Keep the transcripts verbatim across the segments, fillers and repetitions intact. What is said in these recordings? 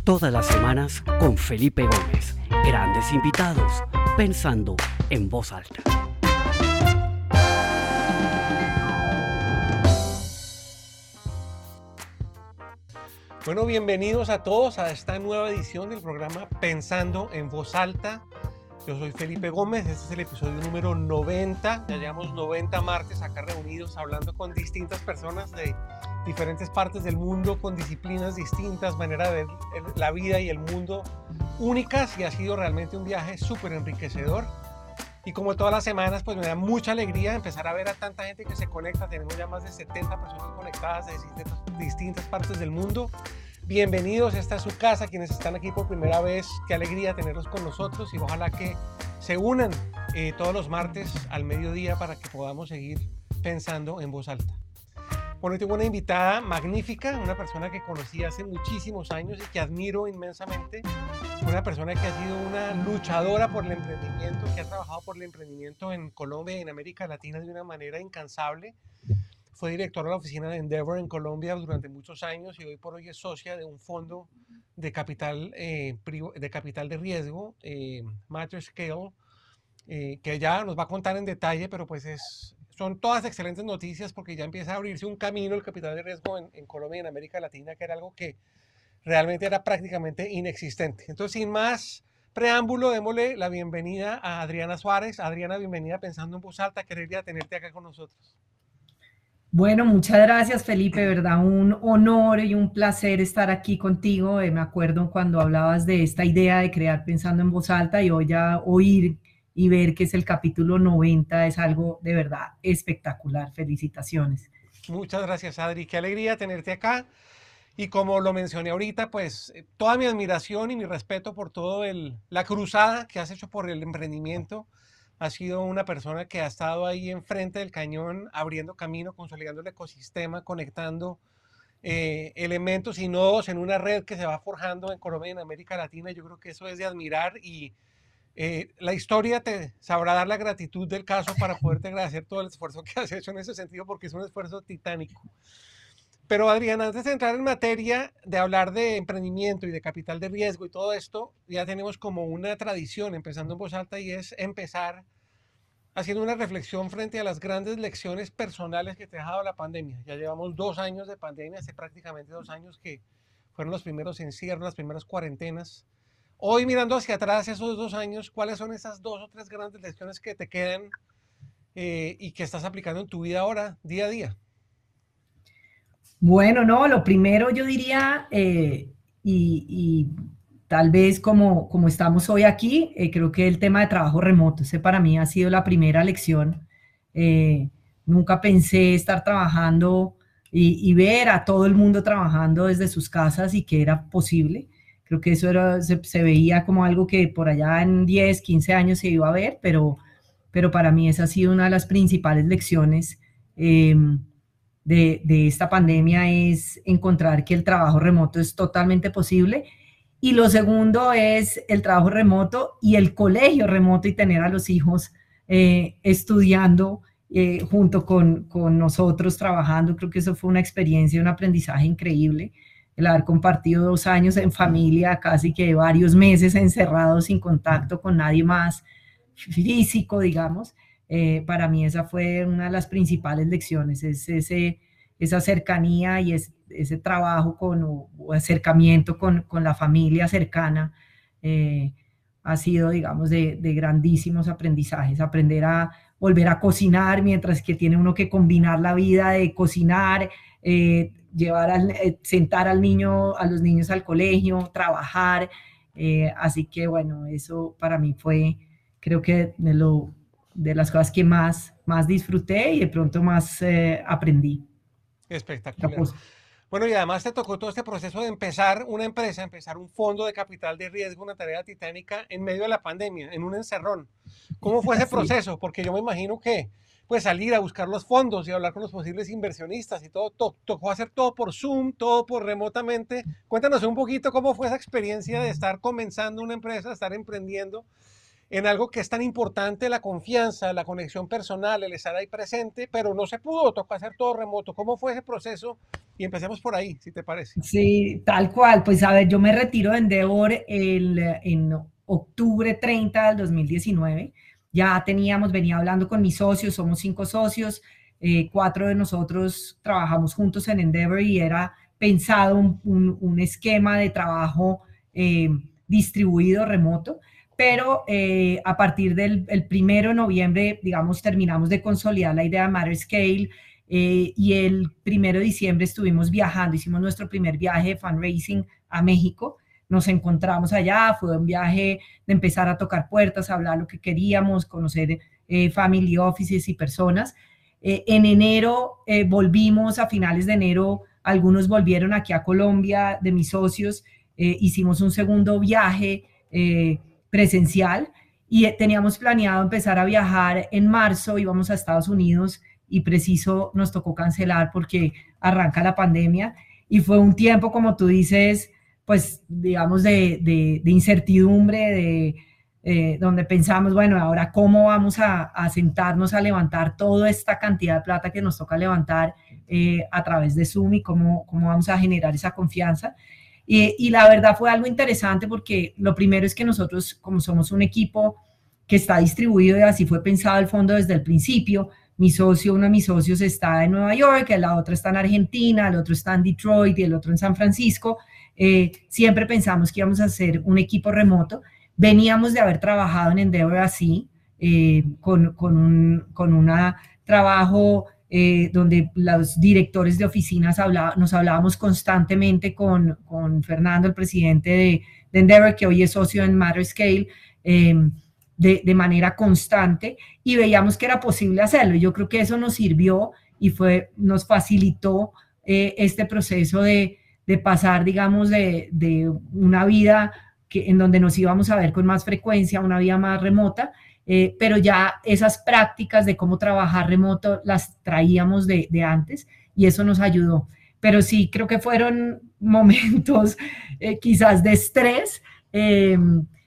Todas las semanas con Felipe Gómez. Grandes invitados, pensando en voz alta. Bueno, bienvenidos a todos a esta nueva edición del programa Pensando en Voz Alta. Yo soy Felipe Gómez, este es el episodio número noventa. Ya llevamos noventa martes acá reunidos hablando con distintas personas de diferentes partes del mundo, con disciplinas distintas, manera de ver la vida y el mundo únicas, y ha sido realmente un viaje súper enriquecedor. Y como todas las semanas, pues me da mucha alegría empezar a ver a tanta gente que se conecta. Tenemos ya más de setenta personas conectadas de distintas, distintas partes del mundo. Bienvenidos, esta es su casa, quienes están aquí por primera vez, qué alegría tenerlos con nosotros, y ojalá que se unan eh, todos los martes al mediodía para que podamos seguir pensando en voz alta. Bueno, hoy tengo una invitada magnífica, una persona que conocí hace muchísimos años y que admiro inmensamente, una persona que ha sido una luchadora por el emprendimiento, que ha trabajado por el emprendimiento en Colombia y en América Latina de una manera incansable. Fue directora de la oficina de Endeavor en Colombia durante muchos años y hoy por hoy es socia de un fondo de capital, eh, de, capital de riesgo, eh, Matter Scale, eh, que ya nos va a contar en detalle, pero pues es, son todas excelentes noticias porque ya empieza a abrirse un camino el capital de riesgo en, en Colombia y en América Latina, que era algo que realmente era prácticamente inexistente. Entonces, sin más preámbulo, démosle la bienvenida a Adriana Suárez. Adriana, bienvenida Pensando en Voz Alta, quería tenerte acá con nosotros. Bueno, muchas gracias, Felipe, ¿verdad? Un honor y un placer estar aquí contigo. Eh, me acuerdo cuando hablabas de esta idea de crear Pensando en Voz Alta, y hoy ya oír y ver que es el capítulo noventa es algo de verdad espectacular. Felicitaciones. Muchas gracias, Adri. Qué alegría tenerte acá. Y como lo mencioné ahorita, pues toda mi admiración y mi respeto por todo el, la cruzada que has hecho por el emprendimiento. Has sido una persona que ha estado ahí enfrente del cañón, abriendo camino, consolidando el ecosistema, conectando eh, elementos y nodos en una red que se va forjando en Colombia y en América Latina. Yo creo que eso es de admirar, y eh, la historia te sabrá dar la gratitud del caso para poderte agradecer todo el esfuerzo que has hecho en ese sentido, porque es un esfuerzo titánico. Pero Adriana, antes de entrar en materia de hablar de emprendimiento y de capital de riesgo y todo esto, ya tenemos como una tradición empezando en voz alta, y es empezar haciendo una reflexión frente a las grandes lecciones personales que te ha dado la pandemia. Ya llevamos dos años de pandemia, hace prácticamente dos años que fueron los primeros encierros, las primeras cuarentenas. Hoy, mirando hacia atrás esos dos años, ¿cuáles son esas dos o tres grandes lecciones que te quedan eh, y que estás aplicando en tu vida ahora, día a día? Bueno, no, lo primero yo diría, eh, y, y tal vez como, como estamos hoy aquí, eh, creo que el tema de trabajo remoto, ese para mí ha sido la primera lección. Eh, nunca pensé estar trabajando y, y ver a todo el mundo trabajando desde sus casas y que era posible. Creo que eso era, se, se veía como algo que por allá en diez, quince años se iba a ver, pero, pero para mí esa ha sido una de las principales lecciones. Eh, de, de esta pandemia, es encontrar que el trabajo remoto es totalmente posible. Y lo segundo es el trabajo remoto y el colegio remoto, y tener a los hijos eh, estudiando eh, junto con, con nosotros trabajando. Creo que eso fue una experiencia, un aprendizaje increíble, el haber compartido dos años en familia, casi que varios meses encerrados sin contacto con nadie más físico, digamos. Eh, para mí esa fue una de las principales lecciones, es ese, esa cercanía y es, ese trabajo con, o, o acercamiento con, con la familia cercana. Eh, ha sido, digamos, de, de grandísimos aprendizajes. Aprender a volver a cocinar, mientras que tiene uno que combinar la vida de cocinar, eh, llevar al, eh, sentar al niño, a los niños al colegio, trabajar. Eh, así que bueno, eso para mí fue, creo que de lo de las cosas que más, más disfruté y de pronto más eh, aprendí. Espectacular. Bueno, y además te tocó todo este proceso de empezar una empresa, empezar un fondo de capital de riesgo, una tarea titánica en medio de la pandemia, en un encerrón. ¿Cómo fue ese sí. proceso? Porque yo me imagino que pues salir a buscar los fondos y hablar con los posibles inversionistas y todo, to tocó hacer todo por Zoom, todo por remotamente. Cuéntanos un poquito cómo fue esa experiencia de estar comenzando una empresa, de estar emprendiendo en algo que es tan importante, la confianza, la conexión personal, el estar ahí presente, pero no se pudo, tocó hacer todo remoto. ¿Cómo fue ese proceso? Y empecemos por ahí, si te parece. Sí, tal cual. Pues a ver, yo me retiro de Endeavor el, en octubre treinta del dos mil diecinueve. Ya teníamos, venía hablando con mis socios, somos cinco socios, eh, cuatro de nosotros trabajamos juntos en Endeavor y era pensado un, un, un esquema de trabajo eh, distribuido remoto. Pero eh, a partir del el primero de noviembre, digamos, terminamos de consolidar la idea de MatterScale eh, y el primero de diciembre estuvimos viajando, hicimos nuestro primer viaje de fundraising a México, nos encontramos allá, fue un viaje de empezar a tocar puertas, a hablar lo que queríamos, conocer eh, family offices y personas. Eh, en enero eh, volvimos, a finales de enero, algunos volvieron aquí a Colombia de mis socios, eh, hicimos un segundo viaje eh, presencial y teníamos planeado empezar a viajar en marzo, íbamos a Estados Unidos y preciso nos tocó cancelar porque arranca la pandemia y fue un tiempo, como tú dices, pues digamos de, de, de incertidumbre, de, eh, donde pensamos, bueno, ahora cómo vamos a, a sentarnos a levantar toda esta cantidad de plata que nos toca levantar eh, a través de Zoom y cómo, cómo vamos a generar esa confianza. Y, y la verdad fue algo interesante porque lo primero es que nosotros, como somos un equipo que está distribuido y así fue pensado el fondo desde el principio, mi socio, uno de mis socios está en Nueva York, la otra está en Argentina, el otro está en Detroit y el otro en San Francisco. Eh, siempre pensamos que íbamos a hacer un equipo remoto. Veníamos de haber trabajado en Endeavor así, eh, con, con un con una trabajo Eh, donde los directores de oficinas hablaba, nos hablábamos constantemente con, con Fernando, el presidente de, de Endeavor, que hoy es socio en MatterScale, eh, de, de manera constante, y veíamos que era posible hacerlo. Yo creo que eso nos sirvió y fue, nos facilitó eh, este proceso de, de pasar, digamos, de, de una vida que, en donde nos íbamos a ver con más frecuencia, una vida más remota, Eh, pero ya esas prácticas de cómo trabajar remoto las traíamos de, de antes y eso nos ayudó. Pero sí, creo que fueron momentos eh, quizás de estrés eh,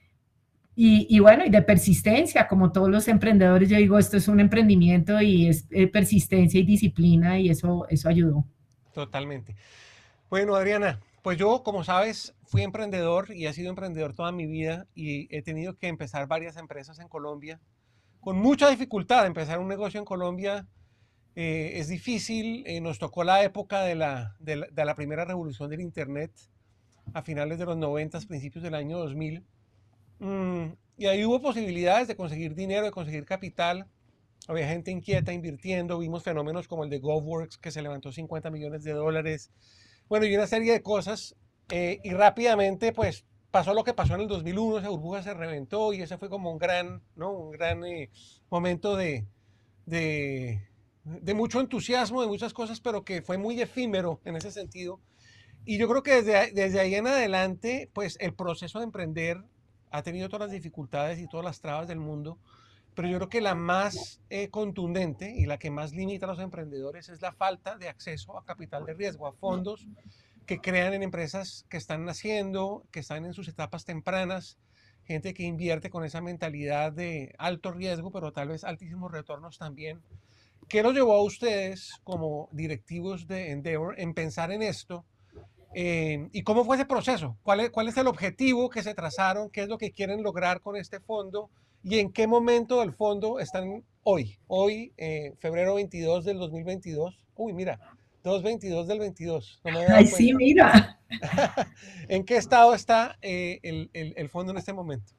y, y bueno, y de persistencia, como todos los emprendedores. Yo digo, esto es un emprendimiento y es eh, persistencia y disciplina y eso, eso ayudó. Totalmente. Bueno, Adriana, pues yo, como sabes, fui emprendedor y he sido emprendedor toda mi vida y he tenido que empezar varias empresas en Colombia con mucha dificultad. Empezar un negocio en Colombia eh, es difícil. Eh, nos tocó la época de la, de, la, de la primera revolución del Internet a finales de los noventa, principios del año dos mil. Mm, y ahí hubo posibilidades de conseguir dinero, de conseguir capital. Había gente inquieta invirtiendo. Vimos fenómenos como el de GovWorks, que se levantó cincuenta millones de dólares. Bueno, y una serie de cosas. Eh, y rápidamente, pues, pasó lo que pasó en el dos mil uno, esa burbuja se reventó y ese fue como un gran, ¿no? Un gran eh, momento de, de, de mucho entusiasmo, de muchas cosas, pero que fue muy efímero en ese sentido. Y yo creo que desde, desde ahí en adelante, pues, el proceso de emprender ha tenido todas las dificultades y todas las trabas del mundo, pero yo creo que la más eh, contundente y la que más limita a los emprendedores es la falta de acceso a capital de riesgo, a fondos que crean en empresas que están naciendo, que están en sus etapas tempranas, gente que invierte con esa mentalidad de alto riesgo, pero tal vez altísimos retornos también. ¿Qué los llevó a ustedes como directivos de Endeavor en pensar en esto? Eh, ¿Y cómo fue ese proceso? ¿Cuál es, ¿Cuál es el objetivo que se trazaron? ¿Qué es lo que quieren lograr con este fondo? ¿Y en qué momento del fondo están hoy? Hoy, eh, febrero veintidós del dos mil veintidós. Uy, mira, dos veintidós del veintidós. No me había dado Ay, cuenta. sí, mira. ¿En qué estado está eh, el, el, el fondo en este momento?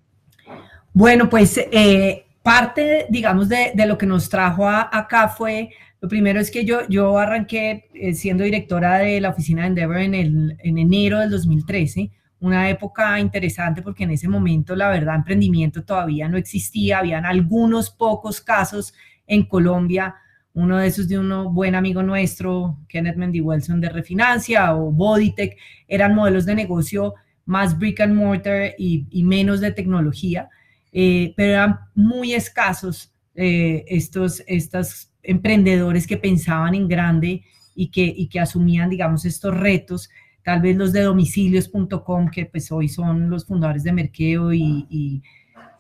Bueno, pues eh, parte, digamos, de, de lo que nos trajo a, acá fue, lo primero es que yo, yo arranqué eh, siendo directora de la oficina de Endeavor en, el, en enero del dos mil trece, una época interesante porque en ese momento, la verdad, emprendimiento todavía no existía, habían algunos pocos casos en Colombia, uno de esos de un buen amigo nuestro, Kenneth Mendy Wilson de Refinancia o Bodytech, eran modelos de negocio más brick and mortar y, y menos de tecnología, eh, pero eran muy escasos eh, estos, estos emprendedores que pensaban en grande y que, y que asumían, digamos, estos retos. Tal vez los de domicilios punto com, que pues hoy son los fundadores de Merkeo y, y,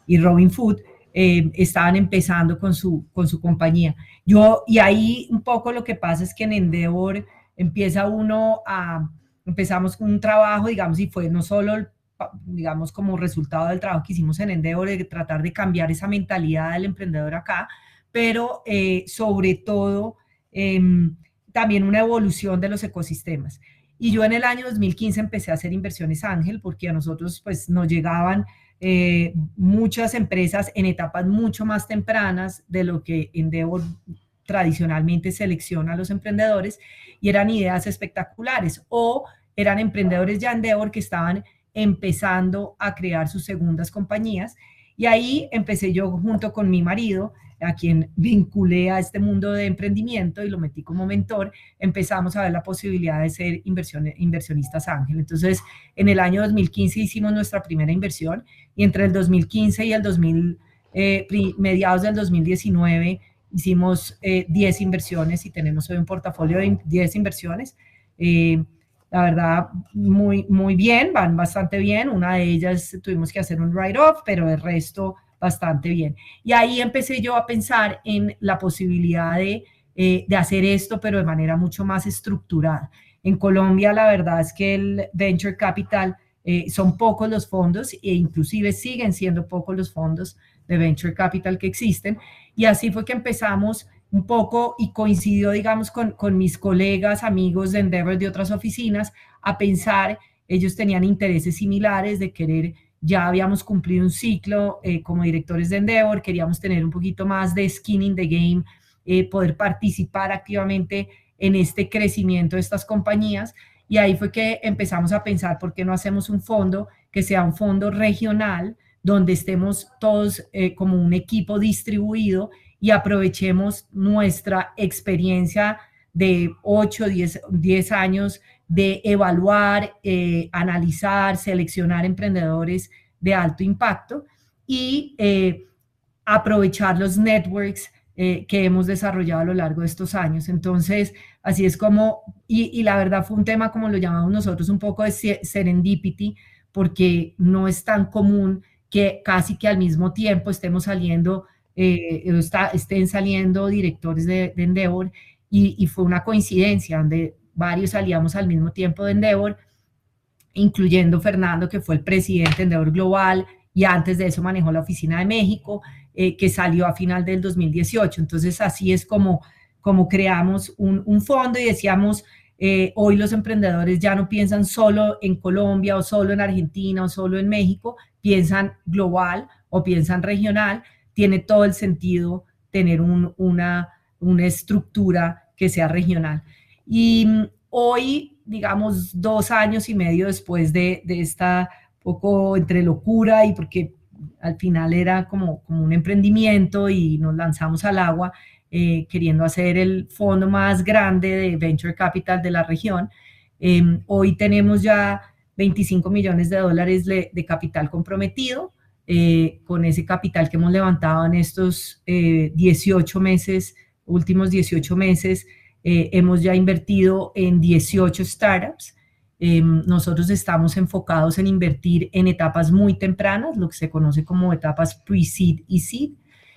y Robinhood, eh, estaban empezando con su, con su compañía. Yo, y ahí un poco lo que pasa es que en Endeavor empieza uno a, empezamos con un trabajo, digamos, y fue no solo, digamos, como resultado del trabajo que hicimos en Endeavor, de tratar de cambiar esa mentalidad del emprendedor acá, pero eh, sobre todo eh, también una evolución de los ecosistemas. Y yo en el año dos mil quince empecé a hacer inversiones ángel porque a nosotros pues nos llegaban eh, muchas empresas en etapas mucho más tempranas de lo que Endeavor tradicionalmente selecciona a los emprendedores, y eran ideas espectaculares o eran emprendedores ya Endeavor que estaban empezando a crear sus segundas compañías. Y ahí empecé yo junto con mi marido, a quien vinculé a este mundo de emprendimiento y lo metí como mentor, empezamos a ver la posibilidad de ser inversión, inversionistas ángel. Entonces, en el año dos mil quince hicimos nuestra primera inversión, y entre el dos mil quince y el dos mil, eh, mediados del dos mil diecinueve, hicimos eh, diez inversiones y tenemos hoy un portafolio de diez inversiones. Eh, la verdad, muy, muy bien, van bastante bien. Una de ellas tuvimos que hacer un write-off, pero el resto bastante bien. Y ahí empecé yo a pensar en la posibilidad de, eh, de hacer esto, pero de manera mucho más estructurada. En Colombia, la verdad es que el Venture Capital eh, son pocos los fondos, e inclusive siguen siendo pocos los fondos de Venture Capital que existen. Y así fue que empezamos un poco, y coincidió, digamos, con, con mis colegas, amigos de Endeavor de otras oficinas, a pensar, ellos tenían intereses similares de querer, ya habíamos cumplido un ciclo eh, como directores de Endeavor, queríamos tener un poquito más de skin in the game, eh, poder participar activamente en este crecimiento de estas compañías, y ahí fue que empezamos a pensar, ¿por qué no hacemos un fondo que sea un fondo regional, donde estemos todos eh, como un equipo distribuido y aprovechemos nuestra experiencia de ocho, diez años de evaluar, eh, analizar, seleccionar emprendedores de alto impacto y eh, aprovechar los networks eh, que hemos desarrollado a lo largo de estos años. Entonces, así es como, y, y la verdad fue un tema, como lo llamamos nosotros, un poco de serendipity, porque no es tan común que casi que al mismo tiempo estemos saliendo, eh, está, estén saliendo directores de, de Endeavor, y, y fue una coincidencia donde varios salíamos al mismo tiempo de Endeavor, incluyendo Fernando, que fue el presidente de Endeavor Global, y antes de eso manejó la oficina de México, eh, que salió a final del dos mil dieciocho. Entonces, así es como, como creamos un, un fondo, y decíamos, eh, hoy los emprendedores ya no piensan solo en Colombia, o solo en Argentina, o solo en México, piensan global o piensan regional. Tiene todo el sentido tener un, una, una estructura que sea regional. Y hoy, digamos, dos años y medio después de, de esta poco entre locura, y porque al final era como, como un emprendimiento y nos lanzamos al agua, eh, queriendo hacer el fondo más grande de Venture Capital de la región, eh, hoy tenemos ya veinticinco millones de dólares de, de capital comprometido. Eh, con ese capital que hemos levantado en estos eh, dieciocho meses, últimos dieciocho meses, eh, hemos ya invertido en dieciocho startups. Eh, nosotros estamos enfocados en invertir en etapas muy tempranas, lo que se conoce como etapas pre-seed y seed,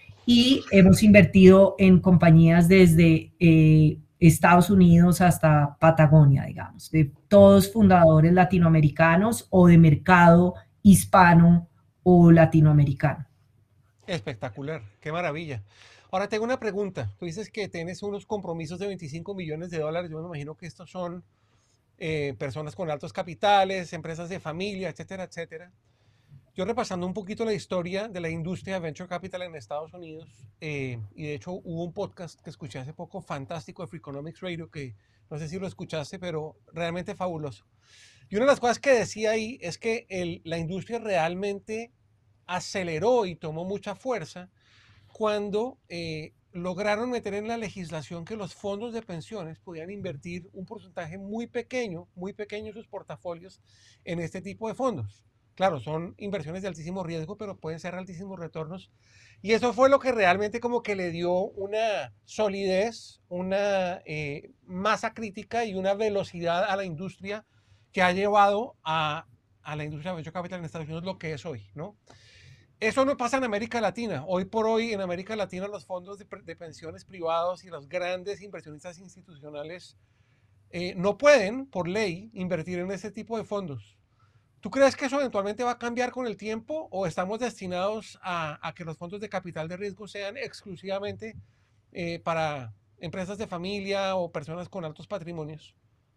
y hemos invertido en compañías desde eh, Estados Unidos hasta Patagonia, digamos, de todos fundadores latinoamericanos o de mercado hispano o latinoamericano. Espectacular, qué maravilla. Ahora tengo una pregunta. Tú dices que tienes unos compromisos de veinticinco millones de dólares. Yo me imagino que estos son eh, personas con altos capitales, empresas de familia, etcétera, etcétera. Yo, repasando un poquito la historia de la industria de Venture Capital en Estados Unidos, eh, y de hecho hubo un podcast que escuché hace poco, fantástico, de Freakonomics Radio, que no sé si lo escuchaste, pero realmente fabuloso. Y una de las cosas que decía ahí es que el, la industria realmente aceleró y tomó mucha fuerza cuando eh, lograron meter en la legislación que los fondos de pensiones podían invertir un porcentaje muy pequeño, muy pequeño en sus portafolios en este tipo de fondos. Claro, son inversiones de altísimo riesgo, pero pueden ser altísimos retornos. Y eso fue lo que realmente como que le dio una solidez, una eh, masa crítica y una velocidad a la industria que ha llevado a, a la industria de Venture Capital en Estados Unidos lo que es hoy, ¿no? Eso no pasa en América Latina. Hoy por hoy en América Latina los fondos de, de pensiones privados y los grandes inversionistas institucionales eh, no pueden, por ley, invertir en ese tipo de fondos. ¿Tú crees que eso eventualmente va a cambiar con el tiempo o estamos destinados a, a que los fondos de capital de riesgo sean exclusivamente eh, para empresas de familia o personas con altos patrimonios?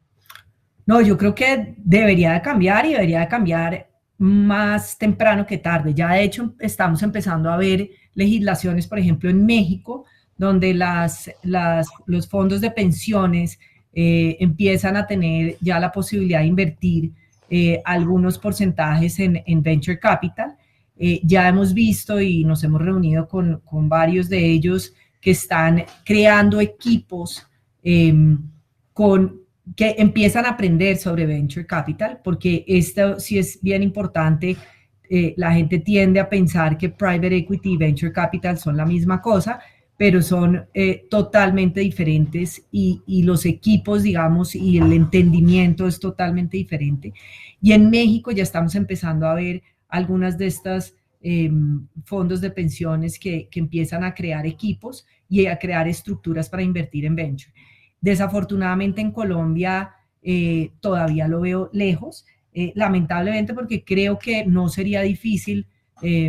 No, yo creo que debería de cambiar y debería de cambiar más temprano que tarde. Ya de hecho estamos empezando a ver legislaciones, por ejemplo, en México, donde las, las, los fondos de pensiones eh, empiezan a tener ya la posibilidad de invertir eh, algunos porcentajes en, en venture capital. Eh, ya hemos visto y nos hemos reunido con, con varios de ellos que están creando equipos eh, con que empiezan a aprender sobre venture capital, porque esto sí es bien importante. Eh, la gente tiende a pensar que private equity y venture capital son la misma cosa, pero son eh, totalmente diferentes y, y los equipos, digamos, y el entendimiento es totalmente diferente. Y en México ya estamos empezando a ver algunas de estas eh, fondos de pensiones que, que empiezan a crear equipos y a crear estructuras para invertir en venture. Desafortunadamente en Colombia eh, todavía lo veo lejos, eh, lamentablemente porque creo que no sería difícil, eh,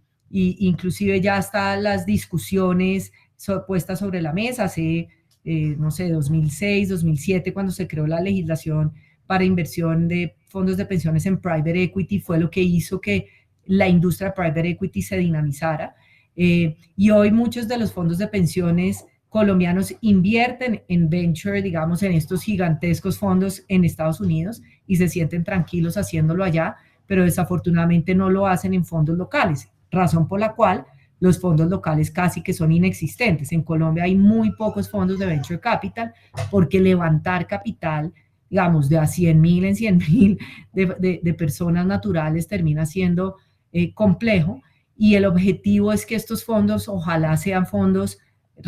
y inclusive ya están las discusiones so, puestas sobre la mesa, hace, eh, no sé, dos mil seis, dos mil siete, cuando se creó la legislación para inversión de fondos de pensiones en private equity, fue lo que hizo que la industria private equity se dinamizara. Eh, y hoy muchos de los fondos de pensiones colombianos invierten en venture, digamos, en estos gigantescos fondos en Estados Unidos y se sienten tranquilos haciéndolo allá, pero desafortunadamente no lo hacen en fondos locales, razón por la cual los fondos locales casi que son inexistentes. En Colombia hay muy pocos fondos de venture capital porque levantar capital, digamos, de a cien mil en cien mil de, de, de personas naturales termina siendo eh, complejo, y el objetivo es que estos fondos ojalá sean fondos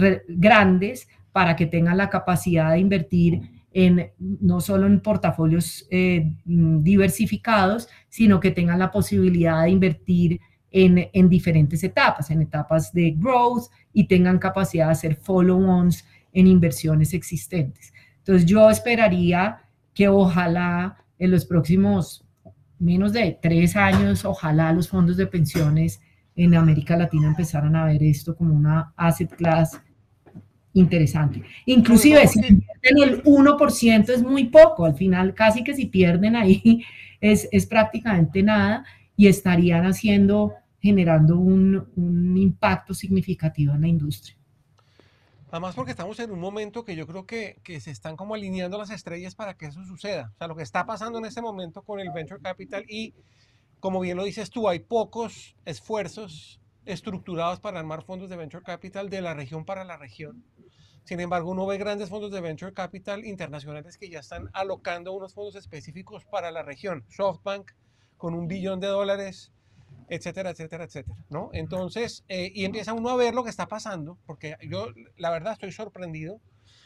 grandes para que tengan la capacidad de invertir en, no solo en portafolios eh, diversificados, sino que tengan la posibilidad de invertir en, en diferentes etapas, en etapas de growth, y tengan capacidad de hacer follow-ons en inversiones existentes. Entonces yo esperaría que ojalá en los próximos menos de tres años, ojalá los fondos de pensiones en América Latina empezaran a ver esto como una asset class interesante. Inclusive si pierden el uno por ciento es muy poco, al final casi que si pierden ahí es, es prácticamente nada, y estarían haciendo, generando un, un impacto significativo en la industria. Además porque estamos en un momento que yo creo que, que se están como alineando las estrellas para que eso suceda. O sea, lo que está pasando en este momento con el Venture Capital, y como bien lo dices tú, hay pocos esfuerzos estructurados para armar fondos de Venture Capital de la región para la región. Sin embargo, uno ve grandes fondos de Venture Capital internacionales que ya están alocando unos fondos específicos para la región. SoftBank con un billón de dólares, etcétera, etcétera, etcétera, ¿no? Entonces, eh, y empieza uno a ver lo que está pasando, porque yo, la verdad, estoy sorprendido.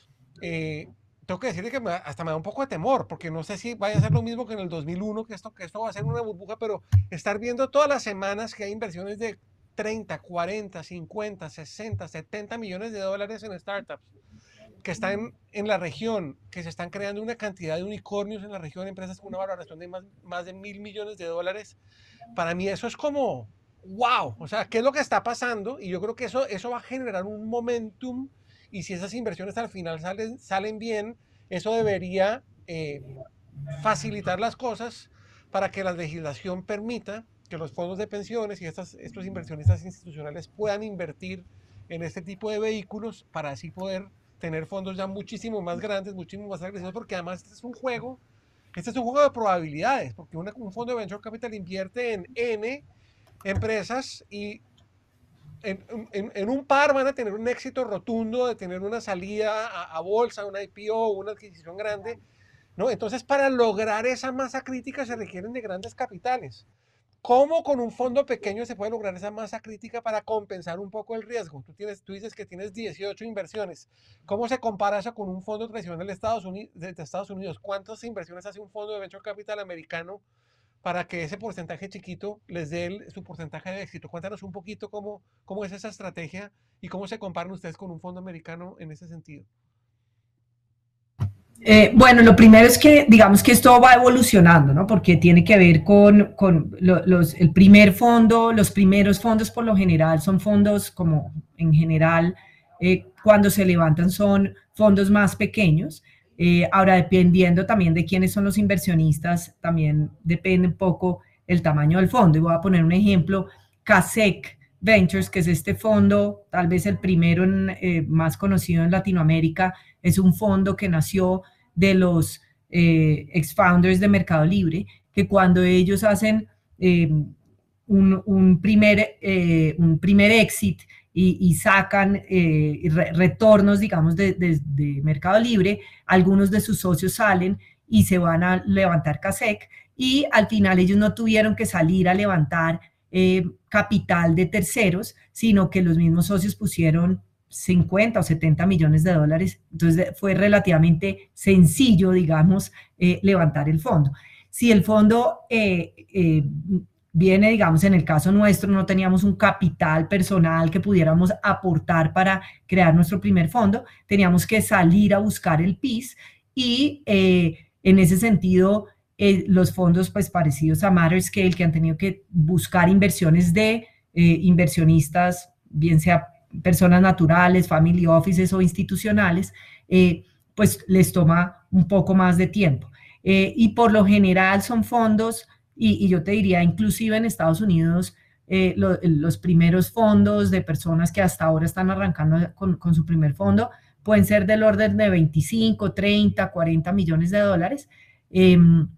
Eh, tengo que decirle que me, hasta me da un poco de temor, porque no sé si vaya a ser lo mismo que en el dos mil uno, que esto, que esto va a ser una burbuja, pero estar viendo todas las semanas que hay inversiones de treinta, cuarenta, cincuenta, sesenta, setenta millones de dólares en startups que están en la región, que se están creando una cantidad de unicornios en la región, empresas con una valoración de más, más de mil millones de dólares. Para mí eso es como, wow, o sea, ¿qué es lo que está pasando? Y yo creo que eso, eso va a generar un momentum, y si esas inversiones al final salen, salen bien, eso debería eh, facilitar las cosas para que la legislación permita que los fondos de pensiones y estas, estos inversionistas institucionales puedan invertir en este tipo de vehículos para así poder tener fondos ya muchísimo más grandes, muchísimo más agresivos, porque además este es un juego, este es un juego de probabilidades, porque una, un fondo de Venture Capital invierte en N empresas y en, en, en un par van a tener un éxito rotundo de tener una salida a, a bolsa, una I P O, una adquisición grande, ¿no? Entonces, para lograr esa masa crítica se requieren de grandes capitales. ¿Cómo con un fondo pequeño se puede lograr esa masa crítica para compensar un poco el riesgo? Tú, tienes, tú dices que tienes dieciocho inversiones. ¿Cómo se compara eso con un fondo tradicional de Estados Unidos? De Estados Unidos? ¿Cuántas inversiones hace un fondo de Venture Capital americano para que ese porcentaje chiquito les dé el, su porcentaje de éxito. Cuéntanos un poquito cómo, cómo es esa estrategia y cómo se comparan ustedes con un fondo americano en ese sentido. Eh, bueno, lo primero es que digamos que esto va evolucionando, ¿no? Porque tiene que ver con, con lo, los, el primer fondo, los primeros fondos por lo general son fondos como en general eh, cuando se levantan son fondos más pequeños. Eh, ahora, dependiendo también de quiénes son los inversionistas, también depende un poco el tamaño del fondo. Y voy a poner un ejemplo, Kasek Ventures, que es este fondo, tal vez el primero en, eh, más conocido en Latinoamérica, es un fondo que nació de los eh, ex-founders de Mercado Libre, que cuando ellos hacen eh, un, un, primer, eh, un primer exit y, y sacan eh, re, retornos, digamos, de, de, de Mercado Libre, algunos de sus socios salen y se van a levantar Kasek, y al final ellos no tuvieron que salir a levantar eh, capital de terceros, sino que los mismos socios pusieron cincuenta o setenta millones de dólares, entonces fue relativamente sencillo, digamos, eh, levantar el fondo. Si el fondo eh, eh, viene, digamos, en el caso nuestro, no teníamos un capital personal que pudiéramos aportar para crear nuestro primer fondo, teníamos que salir a buscar el P I S y eh, en ese sentido, eh, los fondos pues parecidos a Matterscale, que han tenido que buscar inversiones de eh, inversionistas, bien sea personas naturales, family offices o institucionales, eh, pues les toma un poco más de tiempo. Eh, y por lo general son fondos, y, y yo te diría, inclusive en Estados Unidos, eh, lo, los primeros fondos de personas que hasta ahora están arrancando con, con su primer fondo, pueden ser del orden de veinticinco, treinta, cuarenta millones de dólares. Eh,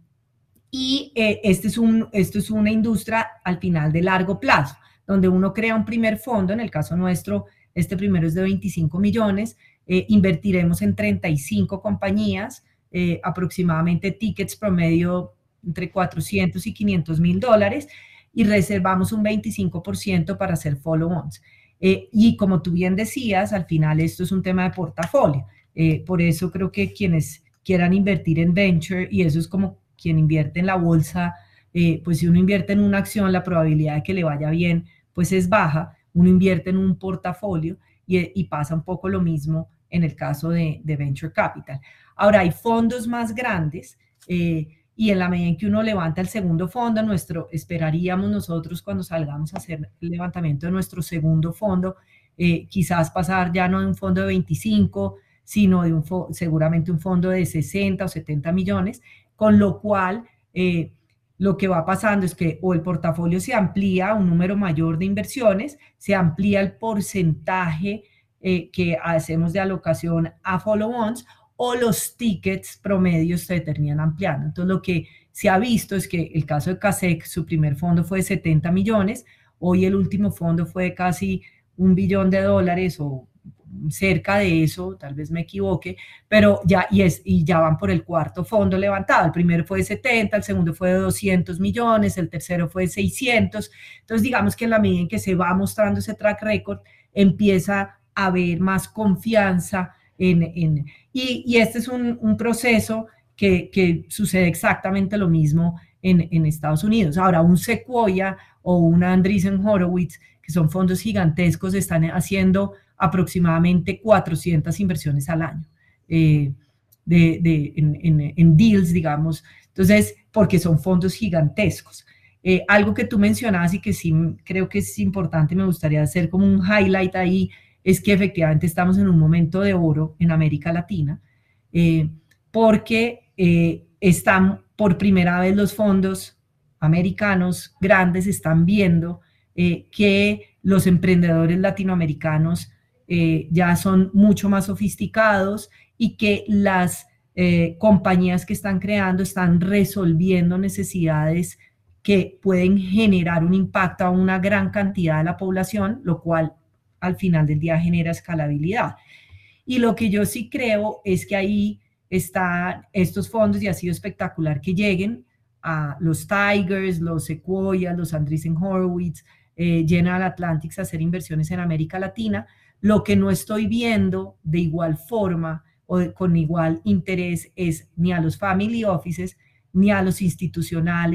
y eh, este es un, esto es una industria al final de largo plazo, donde uno crea un primer fondo, en el caso nuestro, este primero es de veinticinco millones, eh, invertiremos en treinta y cinco compañías, eh, aproximadamente tickets promedio entre cuatrocientos y quinientos mil dólares, y reservamos un veinticinco por ciento para hacer follow-ons. Eh, y como tú bien decías, al final esto es un tema de portafolio, eh, por eso creo que quienes quieran invertir en venture, y eso es como quien invierte en la bolsa, eh, pues si uno invierte en una acción, la probabilidad de que le vaya bien, pues es baja. Uno invierte en un portafolio y, y pasa un poco lo mismo en el caso de, de Venture Capital. Ahora, hay fondos más grandes eh, y en la medida en que uno levanta el segundo fondo, nuestro, esperaríamos nosotros cuando salgamos a hacer el levantamiento de nuestro segundo fondo, eh, quizás pasar ya no de un fondo de veinticinco, sino de un seguramente un fondo de sesenta o setenta millones, con lo cual eh, lo que va pasando es que o el portafolio se amplía a un número mayor de inversiones, se amplía el porcentaje eh, que hacemos de alocación a follow-ons, o los tickets promedios se terminan ampliando. Entonces, lo que se ha visto es que el caso de Kasek, su primer fondo fue de setenta millones, hoy el último fondo fue de casi un billón de dólares o cerca de eso, tal vez me equivoque, pero ya, y, es, y ya van por el cuarto fondo levantado. El primero fue de setenta, el segundo fue de doscientos millones, el tercero fue de seiscientos. Entonces, digamos que en la medida en que se va mostrando ese track record, empieza a haber más confianza en... en y, y este es un, un proceso que, que sucede exactamente lo mismo en, en Estados Unidos. Ahora, un Sequoia o un Andreessen Horowitz, que son fondos gigantescos, están haciendo aproximadamente cuatrocientas inversiones al año eh, de, de, en, en, en deals, digamos. Entonces, porque son fondos gigantescos. Eh, algo que tú mencionabas y que sí creo que es importante, me gustaría hacer como un highlight ahí, es que efectivamente estamos en un momento de oro en América Latina, eh, porque eh, están por primera vez los fondos americanos grandes están viendo eh, que los emprendedores latinoamericanos eh, ya son mucho más sofisticados y que las eh, compañías que están creando están resolviendo necesidades que pueden generar un impacto a una gran cantidad de la población, lo cual al final del día genera escalabilidad. Y lo que yo sí creo es que ahí están estos fondos, y ha sido espectacular que lleguen a los Tigers, los Sequoia, los Andreessen Horowitz, eh, General Atlantic a hacer inversiones en América Latina. Lo que no estoy viendo de igual forma o de, con igual interés es ni a los family offices, ni a los institucionales,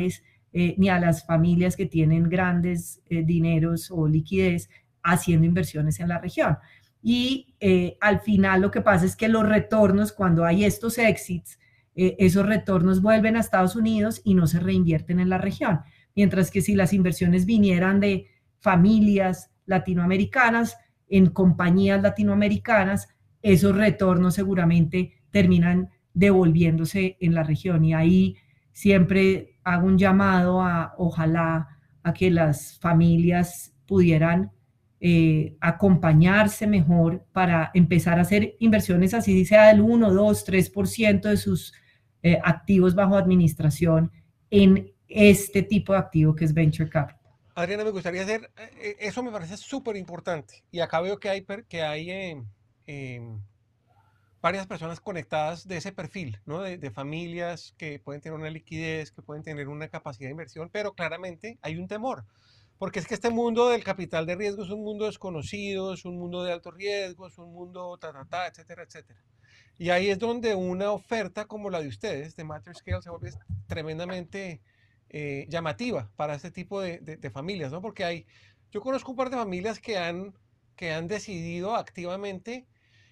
eh, ni a las familias que tienen grandes eh, dineros o liquidez haciendo inversiones en la región. Y eh, al final lo que pasa es que los retornos, cuando hay estos exits, eh, esos retornos vuelven a Estados Unidos y no se reinvierten en la región. Mientras que si las inversiones vinieran de familias latinoamericanas, en compañías latinoamericanas, esos retornos seguramente terminan devolviéndose en la región. Y ahí siempre hago un llamado a, ojalá, a que las familias pudieran eh, acompañarse mejor para empezar a hacer inversiones, así sea del uno, dos, tres por ciento de sus eh, activos bajo administración en este tipo de activo que es Venture Capital. Adriana, me gustaría hacer, eh, eso me parece súper importante. Y acá veo que hay, que hay eh, eh, varias personas conectadas de ese perfil, ¿no? De, de familias que pueden tener una liquidez, que pueden tener una capacidad de inversión, pero claramente hay un temor. Porque es que este mundo del capital de riesgo es un mundo desconocido, es un mundo de alto riesgo, es un mundo ta, ta, ta, etcétera, etcétera. Y ahí es donde una oferta como la de ustedes, de Matter Scale, se vuelve tremendamente eh, llamativa para este tipo de, de, de familias, ¿no? Porque hay, yo conozco un par de familias que han, que han decidido activamente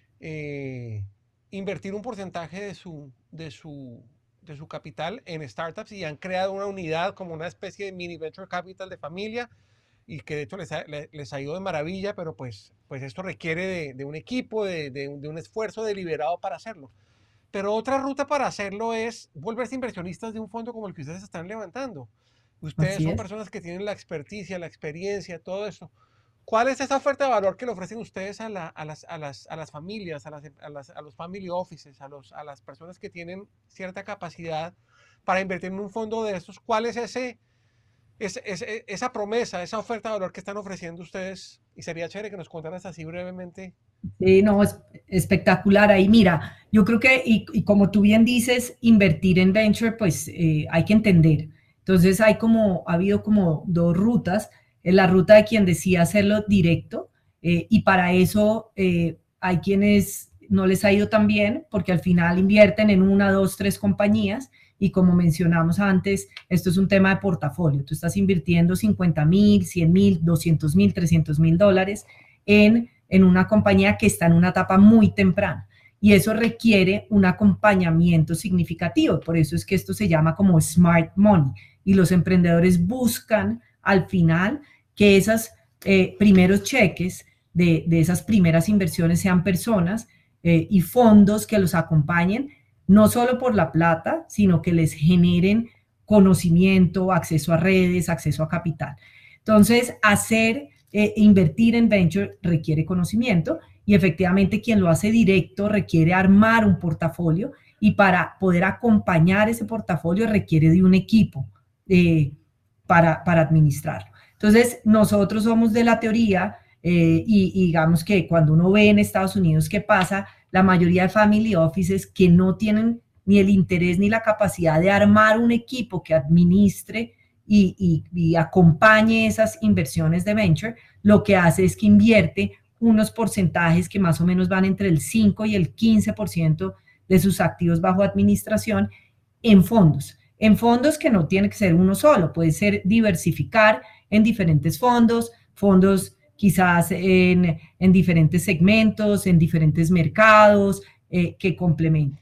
eh, invertir un porcentaje de su, de, su, de su capital en startups y han creado una unidad como una especie de mini venture capital de familia y que de hecho les ha, les ha ido de maravilla, pero pues, pues esto requiere de, de un equipo, de, de, de un esfuerzo deliberado para hacerlo. Pero otra ruta para hacerlo es volverse inversionistas de un fondo como el que ustedes están levantando. Ustedes Así son es. personas que tienen la experticia, la experiencia, todo eso. ¿Cuál es esa oferta de valor que le ofrecen ustedes a, la, a, las, a, las, a las familias, a, las, a, las, a los family offices, a, los, a las personas que tienen cierta capacidad para invertir en un fondo de estos? ¿Cuál es ese, ese, ese, esa promesa, esa oferta de valor que están ofreciendo ustedes? Y sería chévere que nos contaras así brevemente. Sí, no, es espectacular. Ahí, mira, yo creo que, y, y como tú bien dices, invertir en venture, pues eh, hay que entender. Entonces, hay como, ha habido como dos rutas. En la ruta de quien decía hacerlo directo, eh, y para eso eh, hay quienes no les ha ido tan bien, porque al final invierten en una, dos, tres compañías, y como mencionamos antes, esto es un tema de portafolio. Tú estás invirtiendo cincuenta mil, cien mil, doscientos mil, trescientos mil dólares en en una compañía que está en una etapa muy temprana. Y eso requiere un acompañamiento significativo. Por eso es que esto se llama como smart money. Y los emprendedores buscan al final que esos eh, primeros cheques de, de esas primeras inversiones sean personas eh, y fondos que los acompañen, no solo por la plata, sino que les generen conocimiento, acceso a redes, acceso a capital. Entonces, hacer... Eh, invertir en venture requiere conocimiento y efectivamente quien lo hace directo requiere armar un portafolio y para poder acompañar ese portafolio requiere de un equipo eh, para, para administrarlo. Entonces, nosotros somos de la teoría eh, y, y digamos que cuando uno ve en Estados Unidos qué pasa, la mayoría de family offices que no tienen ni el interés ni la capacidad de armar un equipo que administre Y, y, y acompañe esas inversiones de venture, lo que hace es que invierte unos porcentajes que más o menos van entre el cinco y el quince por ciento de sus activos bajo administración en fondos. En fondos que no tiene que ser uno solo, puede ser diversificar en diferentes fondos, fondos quizás en, en diferentes segmentos, en diferentes mercados eh, que complementen.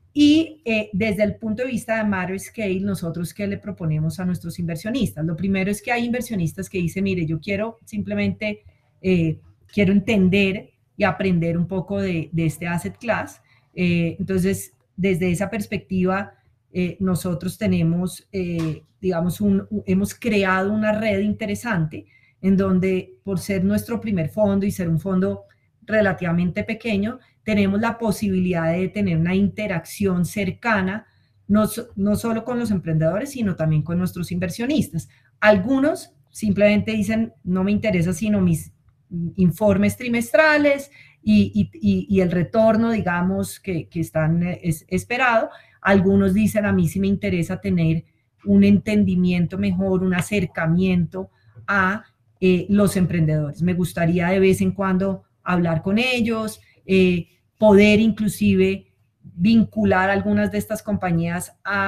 Y eh, desde el punto de vista de Matter Scale, nosotros ¿qué le proponemos a nuestros inversionistas? Lo primero es que hay inversionistas que dicen, mire, yo quiero simplemente, eh, quiero entender y aprender un poco de, de este asset class. Eh, entonces, desde esa perspectiva, eh, nosotros tenemos, eh, digamos, un, hemos creado una red interesante en donde, por ser nuestro primer fondo y ser un fondo relativamente pequeño, tenemos la posibilidad de tener una interacción cercana, no, no solo con los emprendedores, sino también con nuestros inversionistas. Algunos simplemente dicen, no me interesa sino mis informes trimestrales y, y, y el retorno, digamos, que, que están es, esperado. Algunos dicen, a mí sí me interesa tener un entendimiento mejor, un acercamiento a eh, los emprendedores. Me gustaría de vez en cuando hablar con ellos, eh, poder inclusive vincular algunas de estas compañías a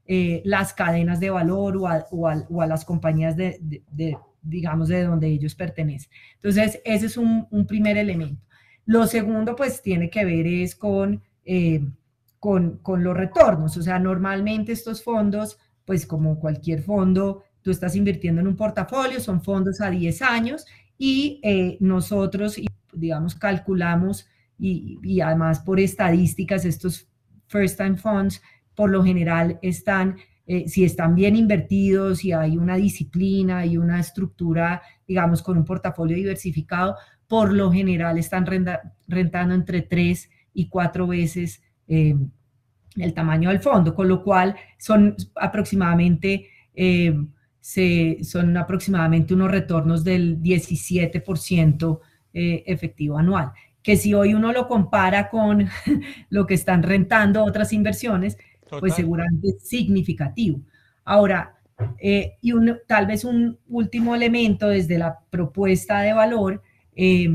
eh, las cadenas de valor o a, o a, o a las compañías de, de, de, digamos, de donde ellos pertenecen. Entonces, ese es un, un primer elemento. Lo segundo, pues, tiene que ver es con, eh, con, con los retornos. O sea, normalmente estos fondos, pues, como cualquier fondo, tú estás invirtiendo en un portafolio, son fondos a diez años y eh, nosotros, digamos, calculamos y, y además por estadísticas, estos first time funds, por lo general están, eh, si están bien invertidos, si hay una disciplina y una estructura, digamos, con un portafolio diversificado, por lo general están renta, rentando entre tres y cuatro veces eh, el tamaño del fondo, con lo cual son aproximadamente, eh, se, son aproximadamente unos retornos del diecisiete por ciento eh, efectivo anual, que si hoy uno lo compara con lo que están rentando otras inversiones, Total. Pues seguramente es significativo. Ahora, eh, y un, tal vez un último elemento desde la propuesta de valor eh,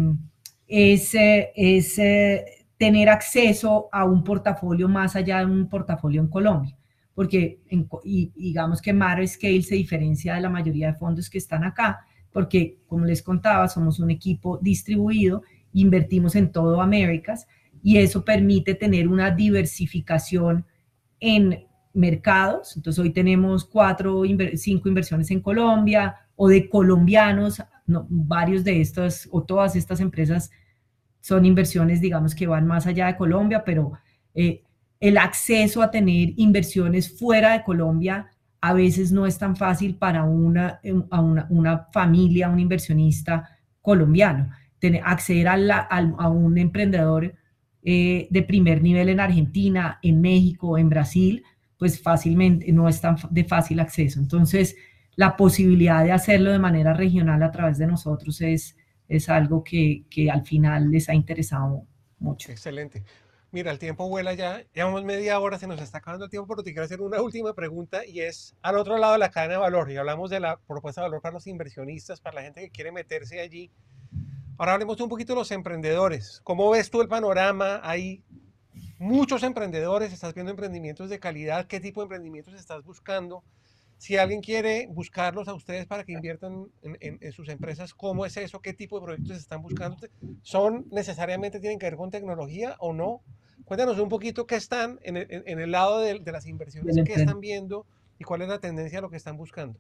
es, eh, es eh, tener acceso a un portafolio más allá de un portafolio en Colombia, porque en, y, digamos que Matter Scale se diferencia de la mayoría de fondos que están acá, porque como les contaba, somos un equipo distribuido, invertimos en todo Américas y eso permite tener una diversificación en mercados. Entonces hoy tenemos cuatro, cinco inversiones en Colombia o de colombianos, no, varios de estos o todas estas empresas son inversiones, digamos, que van más allá de Colombia, pero eh, el acceso a tener inversiones fuera de Colombia a veces no es tan fácil para una, a una, una familia, un inversionista colombiano. Tener, acceder a, la, a, a un emprendedor eh, de primer nivel en Argentina, en México, en Brasil, pues fácilmente no es tan de fácil acceso. Entonces, la posibilidad de hacerlo de manera regional a través de nosotros es, es algo que, que al final les ha interesado mucho. Excelente. Mira, el tiempo vuela ya, llevamos media hora, se nos está acabando el tiempo, pero te quiero hacer una última pregunta y es al otro lado de la cadena de valor. Y hablamos de la propuesta de valor para los inversionistas, para la gente que quiere meterse allí. Ahora hablemos un poquito de los emprendedores. ¿Cómo ves tú el panorama? Hay muchos emprendedores, estás viendo emprendimientos de calidad. ¿Qué tipo de emprendimientos estás buscando? Si alguien quiere buscarlos a ustedes para que inviertan en, en, en sus empresas, ¿cómo es eso? ¿Qué tipo de proyectos están buscando? ¿Son necesariamente, tienen que ver con tecnología o no? Cuéntanos un poquito qué están en el, en el lado de, de las inversiones, qué están viendo y cuál es la tendencia de lo que están buscando.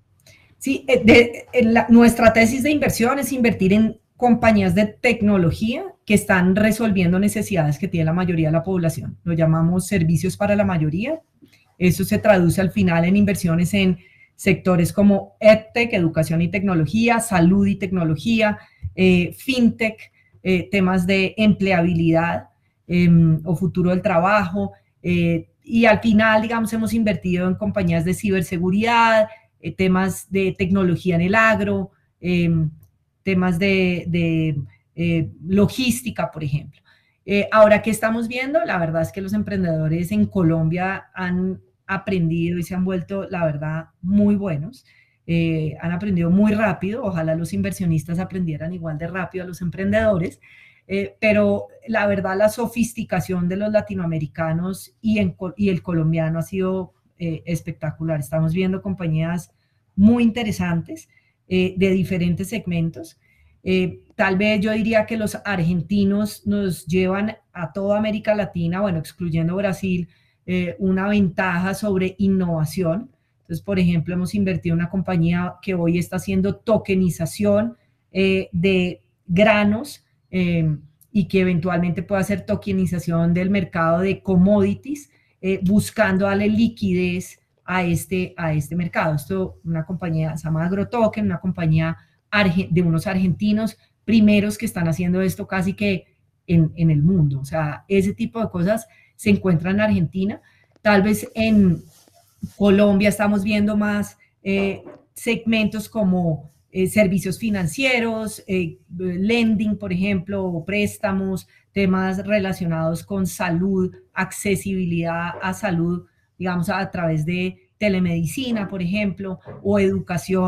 Sí, de, de, la, nuestra tesis de inversión es invertir en compañías de tecnología que están resolviendo necesidades que tiene la mayoría de la población. Lo llamamos servicios para la mayoría. Eso se traduce al final en inversiones en sectores como EdTech, educación y tecnología, salud y tecnología, eh, FinTech, eh, temas de empleabilidad eh, o futuro del trabajo. Eh, y al final, digamos, hemos invertido en compañías de ciberseguridad, eh, temas de tecnología en el agro, eh, temas de, de eh, logística, por ejemplo. Eh, ahora, ¿qué estamos viendo? La verdad es que los emprendedores en Colombia han aprendido y se han vuelto, la verdad, muy buenos. Eh, han aprendido muy rápido. Ojalá los inversionistas aprendieran igual de rápido a los emprendedores. Eh, pero la verdad, la sofisticación de los latinoamericanos y, en, y el colombiano ha sido eh, espectacular. Estamos viendo compañías muy interesantes eh, de diferentes segmentos. Eh, tal vez yo diría que los argentinos nos llevan a toda América Latina, bueno, excluyendo Brasil, eh, una ventaja sobre innovación. Entonces, por ejemplo, hemos invertido en una compañía que hoy está haciendo tokenización eh, de granos eh, y que eventualmente puede hacer tokenización del mercado de commodities, eh, buscando darle liquidez a este, a este mercado. Esto, una compañía se llama AgroToken, una compañía de unos argentinos primeros que están haciendo esto casi que en, en el mundo. O sea, ese tipo de cosas se encuentran en Argentina. Tal vez en Colombia estamos viendo más eh, segmentos como eh, servicios financieros, eh, lending, por ejemplo, o préstamos, temas relacionados con salud, accesibilidad a salud, digamos, a través de telemedicina, por ejemplo, o educación,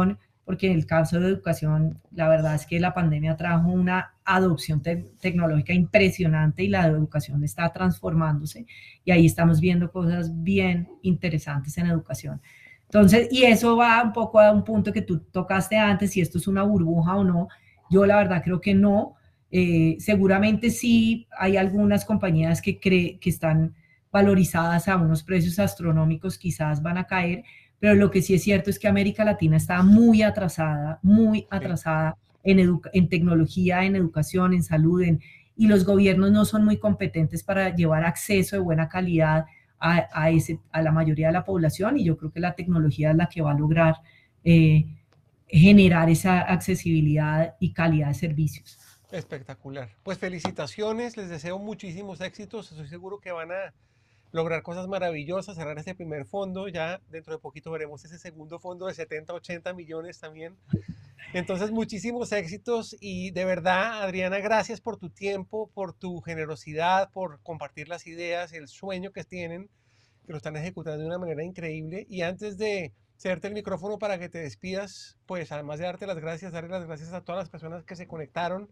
porque en el caso de educación, la verdad es que la pandemia trajo una adopción te tecnológica impresionante y la educación está transformándose y ahí estamos viendo cosas bien interesantes en educación. Entonces, y eso va un poco a un punto que tú tocaste antes, si esto es una burbuja o no. Yo la verdad creo que no. Eh, seguramente sí hay algunas compañías que, cree, que están valorizadas a unos precios astronómicos, quizás van a caer, pero lo que sí es cierto es que América Latina está muy atrasada, muy atrasada en, en tecnología, en educación, en salud, en, y los gobiernos no son muy competentes para llevar acceso de buena calidad a, a, ese, a la mayoría de la población, y yo creo que la tecnología es la que va a lograr eh, generar esa accesibilidad y calidad de servicios. Espectacular. Pues felicitaciones, les deseo muchísimos éxitos, estoy seguro que van a lograr cosas maravillosas, cerrar ese primer fondo, ya dentro de poquito veremos ese segundo fondo de setenta, ochenta millones también. Entonces, muchísimos éxitos y de verdad, Adriana, gracias por tu tiempo, por tu generosidad, por compartir las ideas, el sueño que tienen, que lo están ejecutando de una manera increíble. Y antes de cederte el micrófono para que te despidas, pues además de darte las gracias, darle las gracias a todas las personas que se conectaron,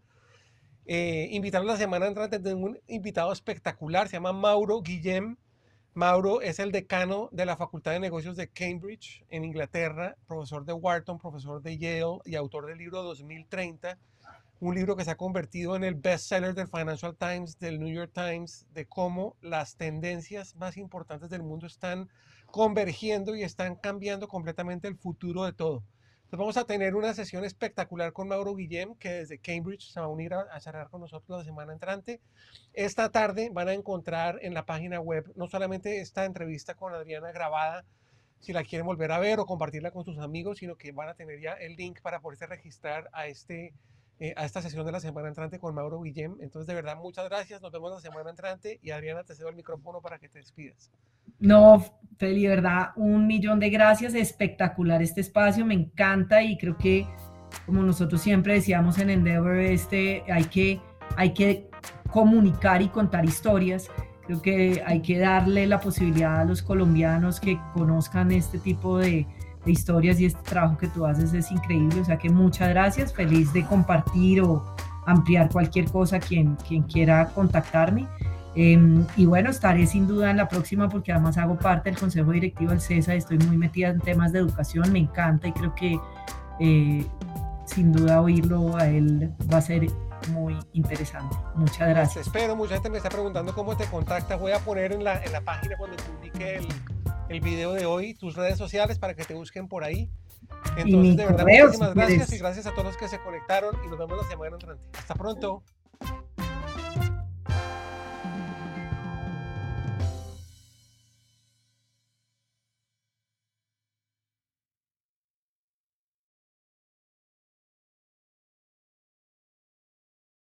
eh, invitarlos la semana entrante de un invitado espectacular, se llama Mauro Guillem. Mauro es el decano de la Facultad de Negocios de Cambridge, en Inglaterra, profesor de Wharton, profesor de Yale y autor del libro dos mil treinta, un libro que se ha convertido en el bestseller del Financial Times, del New York Times, de cómo las tendencias más importantes del mundo están convergiendo y están cambiando completamente el futuro de todo. Entonces vamos a tener una sesión espectacular con Mauro Guillem, que desde Cambridge se va a unir a, a charlar con nosotros la semana entrante. Esta tarde van a encontrar en la página web no solamente esta entrevista con Adriana grabada, si la quieren volver a ver o compartirla con sus amigos, sino que van a tener ya el link para poderse registrar a, este, eh, a esta sesión de la semana entrante con Mauro Guillem. Entonces, de verdad, muchas gracias. Nos vemos la semana entrante. Y Adriana, te cedo el micrófono para que te despidas. No, Feli, de verdad, un millón de gracias. Espectacular este espacio, me encanta y creo que, como nosotros siempre decíamos en Endeavor, este, hay que, hay que comunicar y contar historias. Creo que hay que darle la posibilidad a los colombianos que conozcan este tipo de, de historias, y este trabajo que tú haces es increíble. O sea que muchas gracias, feliz de compartir o ampliar cualquier cosa quien, quien quiera contactarme. Eh, y bueno, estaré sin duda en la próxima porque además hago parte del Consejo Directivo del CESA, estoy muy metida en temas de educación, me encanta y creo que eh, sin duda oírlo a él va a ser muy interesante. Muchas gracias. Te espero, mucha gente me está preguntando cómo te contacta. Voy a poner en la, en la página cuando publique el, el video de hoy tus redes sociales para que te busquen por ahí. Entonces, de verdad, muchísimas gracias y gracias a todos los que se conectaron y nos vemos la semana entrante. Hasta pronto.